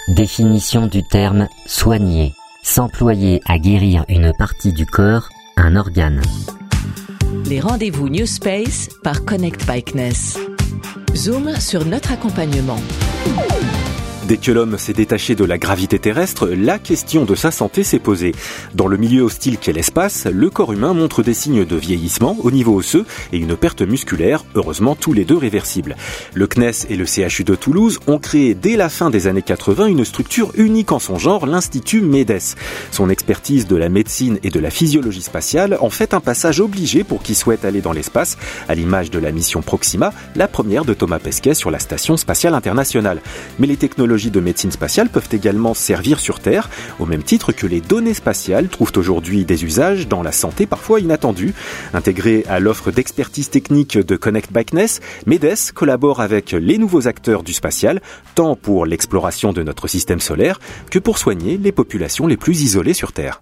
Définition du terme « soigner », s'employer à guérir une partie du corps, un organe. Les rendez-vous New Space par Connect by CNES. Zoom sur notre accompagnement. Dès que l'homme s'est détaché de la gravité terrestre, la question de sa santé s'est posée. Dans le milieu hostile qu'est l'espace, le corps humain montre des signes de vieillissement au niveau osseux et une perte musculaire, heureusement tous les deux réversibles. Le CNES et le CHU de Toulouse ont créé dès la fin des années 80 une structure unique en son genre, l'Institut MEDES. Son expertise de la médecine et de la physiologie spatiale en fait un passage obligé pour qui souhaite aller dans l'espace, à l'image de la mission Proxima, la première de Thomas Pesquet sur la Station spatiale internationale. Mais les technologies de médecine spatiale peuvent également servir sur Terre, au même titre que les données spatiales trouvent aujourd'hui des usages dans la santé parfois inattendus. Intégré à l'offre d'expertise technique de Connect by CNES, MEDES collabore avec les nouveaux acteurs du spatial, tant pour l'exploration de notre système solaire que pour soigner les populations les plus isolées sur Terre.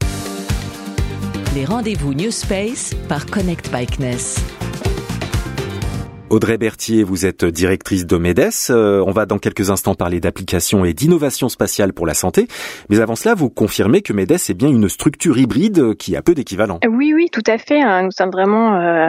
Les rendez-vous New Space par Connect by CNES. Audrey Berthier, vous êtes directrice de MEDES. On va dans quelques instants parler d'applications et d'innovation spatiale pour la santé. Mais avant cela, vous confirmez que MEDES est bien une structure hybride qui a peu d'équivalent. Oui, tout à fait. Nous sommes vraiment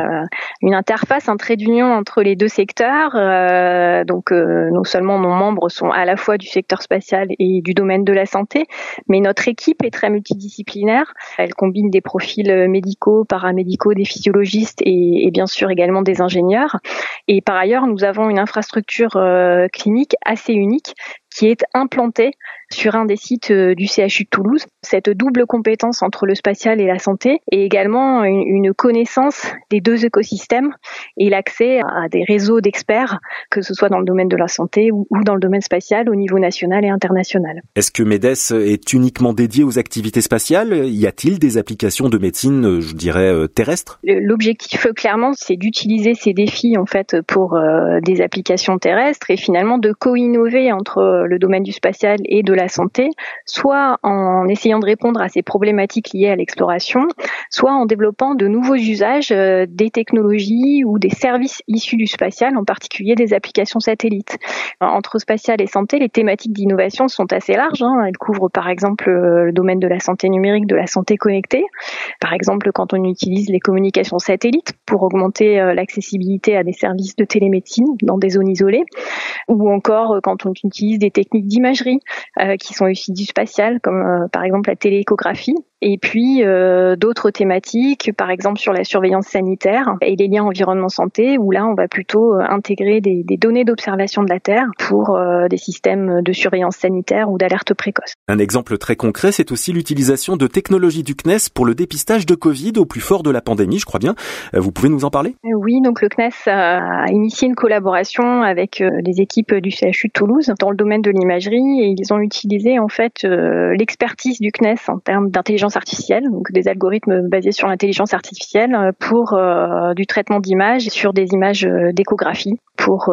une interface, un trait d'union entre les deux secteurs. Donc, non seulement nos membres sont à la fois du secteur spatial et du domaine de la santé, mais notre équipe est très multidisciplinaire. Elle combine des profils médicaux, paramédicaux, des physiologistes et bien sûr également des ingénieurs. Et par ailleurs, nous avons une infrastructure clinique assez unique qui est implantée sur un des sites du CHU de Toulouse. Cette double compétence entre le spatial et la santé et également une connaissance des deux écosystèmes et l'accès à des réseaux d'experts, que ce soit dans le domaine de la santé ou dans le domaine spatial au niveau national et international. Est-ce que MEDES est uniquement dédié aux activités spatiales ? Y a-t-il des applications de médecine, je dirais, terrestres ? L'objectif, clairement, c'est d'utiliser ces défis en fait pour des applications terrestres et finalement de co-innover entre le domaine du spatial et de la santé, soit en essayant de répondre à ces problématiques liées à l'exploration, soit en développant de nouveaux usages des technologies ou des services issus du spatial, en particulier des applications satellites. Entre spatial et santé, les thématiques d'innovation sont assez larges. Elles couvrent par exemple le domaine de la santé numérique, de la santé connectée. Par exemple, quand on utilise les communications satellites pour augmenter l'accessibilité à des services de télémédecine dans des zones isolées, ou encore quand on utilise des techniques d'imagerie qui sont issues du spatial, comme par exemple la télééchographie. Et puis d'autres thématiques, par exemple sur la surveillance sanitaire et les liens environnement-santé, où là on va plutôt intégrer des données d'observation de la Terre pour des systèmes de surveillance sanitaire ou d'alerte précoce. Un exemple très concret, c'est aussi l'utilisation de technologies du CNES pour le dépistage de Covid au plus fort de la pandémie, je crois bien. Vous pouvez nous en parler ? Oui, donc le CNES a initié une collaboration avec les équipes du CHU de Toulouse dans le domaine de l'imagerie et ils ont utilisé en fait l'expertise du CNES en termes d'intelligence artificielle, donc des algorithmes basés sur l'intelligence artificielle pour du traitement d'images sur des images d'échographie pour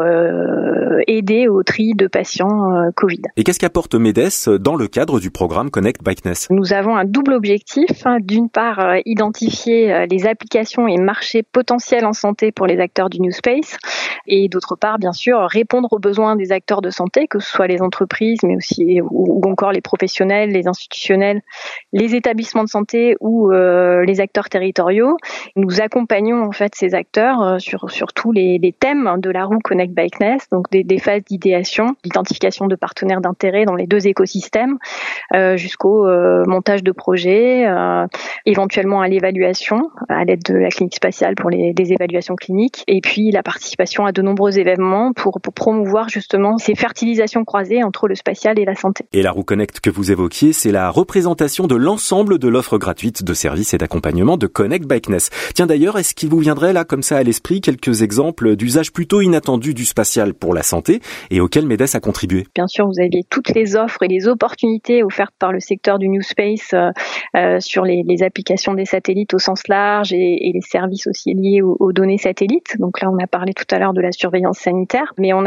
aider au tri de patients Covid. Et qu'est-ce qu'apporte MEDES dans le cadre du programme Connect by CNES ? Nous avons un double objectif. D'une part, identifier les applications et marchés potentiels en santé pour les acteurs du New Space et d'autre part, bien sûr, répondre aux besoins des acteurs de santé, que ce soit les entreprises, mais aussi ou encore les professionnels, les institutionnels, les établissements de santé ou les acteurs territoriaux. Nous accompagnons en fait ces acteurs sur tous les thèmes de la roue Connect by CNES, donc des phases d'idéation, d'identification de partenaires d'intérêt dans les deux écosystèmes, jusqu'au montage de projets, éventuellement à l'évaluation à l'aide de la clinique spatiale pour des évaluations cliniques, et puis la participation à de nombreux événements pour promouvoir justement ces fertilisations croisées entre le spatial et la santé. Et la roue Connect que vous évoquiez, c'est la représentation de l'ensemble de l'offre gratuite de services et d'accompagnement de Connect by CNES. Tiens d'ailleurs, est-ce qu'il vous viendrait là comme ça à l'esprit quelques exemples d'usages plutôt inattendus du spatial pour la santé et auxquels MEDES a contribué ? Bien sûr, vous avez toutes les offres et les opportunités offertes par le secteur du New Space sur les applications des satellites au sens large et les services aussi liés aux données satellites. Donc là, on a parlé tout à l'heure de la surveillance sanitaire, mais on a d'autres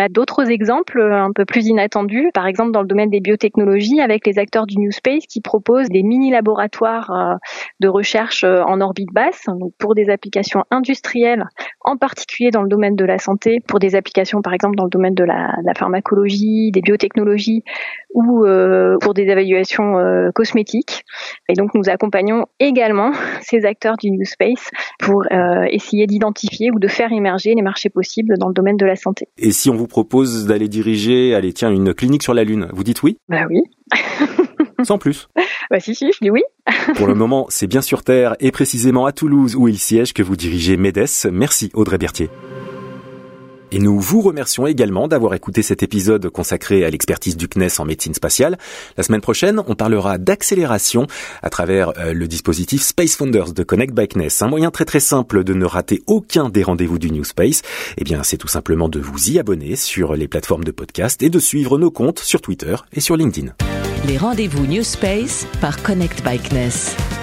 d'autres exemples un peu plus inattendus, par exemple dans le domaine des biotechnologies avec les acteurs du New Space qui proposent des mini-laboratoires de recherche en orbite basse, donc pour des applications industrielles, en particulier dans le domaine de la santé, pour des applications par exemple dans le domaine de la pharmacologie, des biotechnologies ou pour des évaluations cosmétiques. Et donc nous accompagnons également ces acteurs du New Space pour essayer d'identifier ou de faire émerger les marchés possibles dans le domaine de la santé. Et si on vous propose d'aller diriger, une clinique sur la Lune, vous dites oui ? Bah oui. Sans plus. Bah si, je dis oui. Pour le moment, c'est bien sur Terre et précisément à Toulouse où il siège que vous dirigez MEDES. Merci Audrey Berthier. Et nous vous remercions également d'avoir écouté cet épisode consacré à l'expertise du CNES en médecine spatiale. La semaine prochaine, on parlera d'accélération à travers le dispositif Space Founders de Connect by CNES. Un moyen très très simple de ne rater aucun des rendez-vous du New Space. Eh bien, c'est tout simplement de vous y abonner sur les plateformes de podcast et de suivre nos comptes sur Twitter et sur LinkedIn. Les rendez-vous New Space par Connect by CNES.